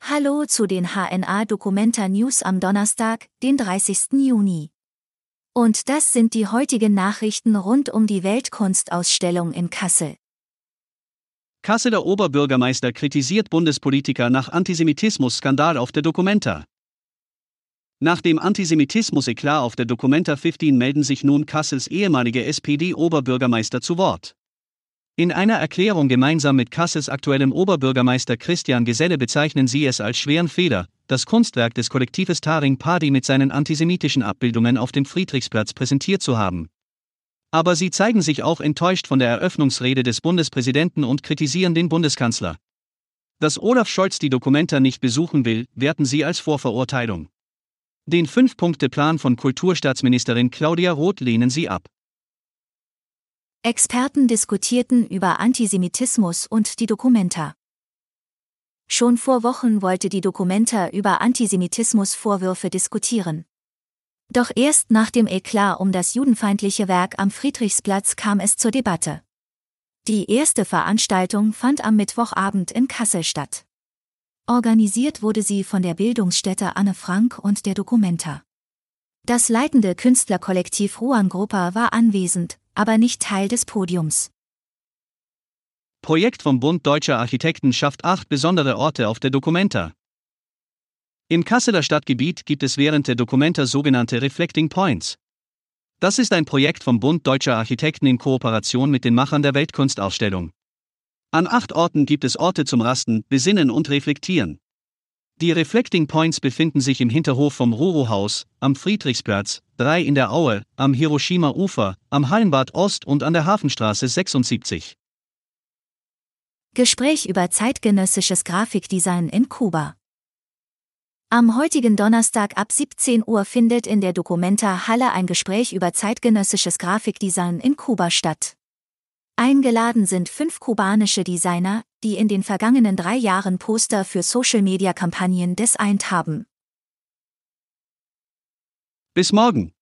Hallo zu den HNA Documenta News am Donnerstag, den 30. Juni. Und das sind die heutigen Nachrichten rund um die Weltkunstausstellung in Kassel. Kasseler Oberbürgermeister kritisiert Bundespolitiker nach Antisemitismus-Skandal auf der Documenta. Nach dem Antisemitismus-Eklat auf der Documenta 15 melden sich nun Kassels ehemalige SPD-Oberbürgermeister zu Wort. In einer Erklärung gemeinsam mit Kassels aktuellem Oberbürgermeister Christian Geselle bezeichnen sie es als schweren Fehler, das Kunstwerk des Kollektives Taring Padi mit seinen antisemitischen Abbildungen auf dem Friedrichsplatz präsentiert zu haben. Aber sie zeigen sich auch enttäuscht von der Eröffnungsrede des Bundespräsidenten und kritisieren den Bundeskanzler. Dass Olaf Scholz die Documenta nicht besuchen will, werten sie als Vorverurteilung. Den 5-Punkte-Plan von Kulturstaatsministerin Claudia Roth lehnen sie ab. Experten diskutierten über Antisemitismus und die Documenta. Schon vor Wochen wollte die Documenta über Antisemitismusvorwürfe diskutieren. Doch erst nach dem Eklat um das judenfeindliche Werk am Friedrichsplatz kam es zur Debatte. Die erste Veranstaltung fand am Mittwochabend in Kassel statt. Organisiert wurde sie von der Bildungsstätte Anne Frank und der Documenta. Das leitende Künstlerkollektiv Ruan-Gruppa war anwesend, aber nicht Teil des Podiums. Projekt vom Bund Deutscher Architekten schafft 8 besondere Orte auf der Documenta. Im Kasseler Stadtgebiet gibt es während der Documenta sogenannte Reflecting Points. Das ist ein Projekt vom Bund Deutscher Architekten in Kooperation mit den Machern der Weltkunstausstellung. An 8 Orten gibt es Orte zum Rasten, Besinnen und Reflektieren. Die Reflecting Points befinden sich im Hinterhof vom Ruro-Haus, am Friedrichsplatz, 3 in der Aue, am Hiroshima-Ufer, am Hallenbad Ost und an der Hafenstraße 76. Gespräch über zeitgenössisches Grafikdesign in Kuba. Am heutigen Donnerstag ab 17 Uhr findet in der Documenta Halle ein Gespräch über zeitgenössisches Grafikdesign in Kuba statt. Eingeladen sind 5 kubanische Designer, die in den vergangenen 3 Jahren Poster für Social-Media-Kampagnen designt haben. Bis morgen.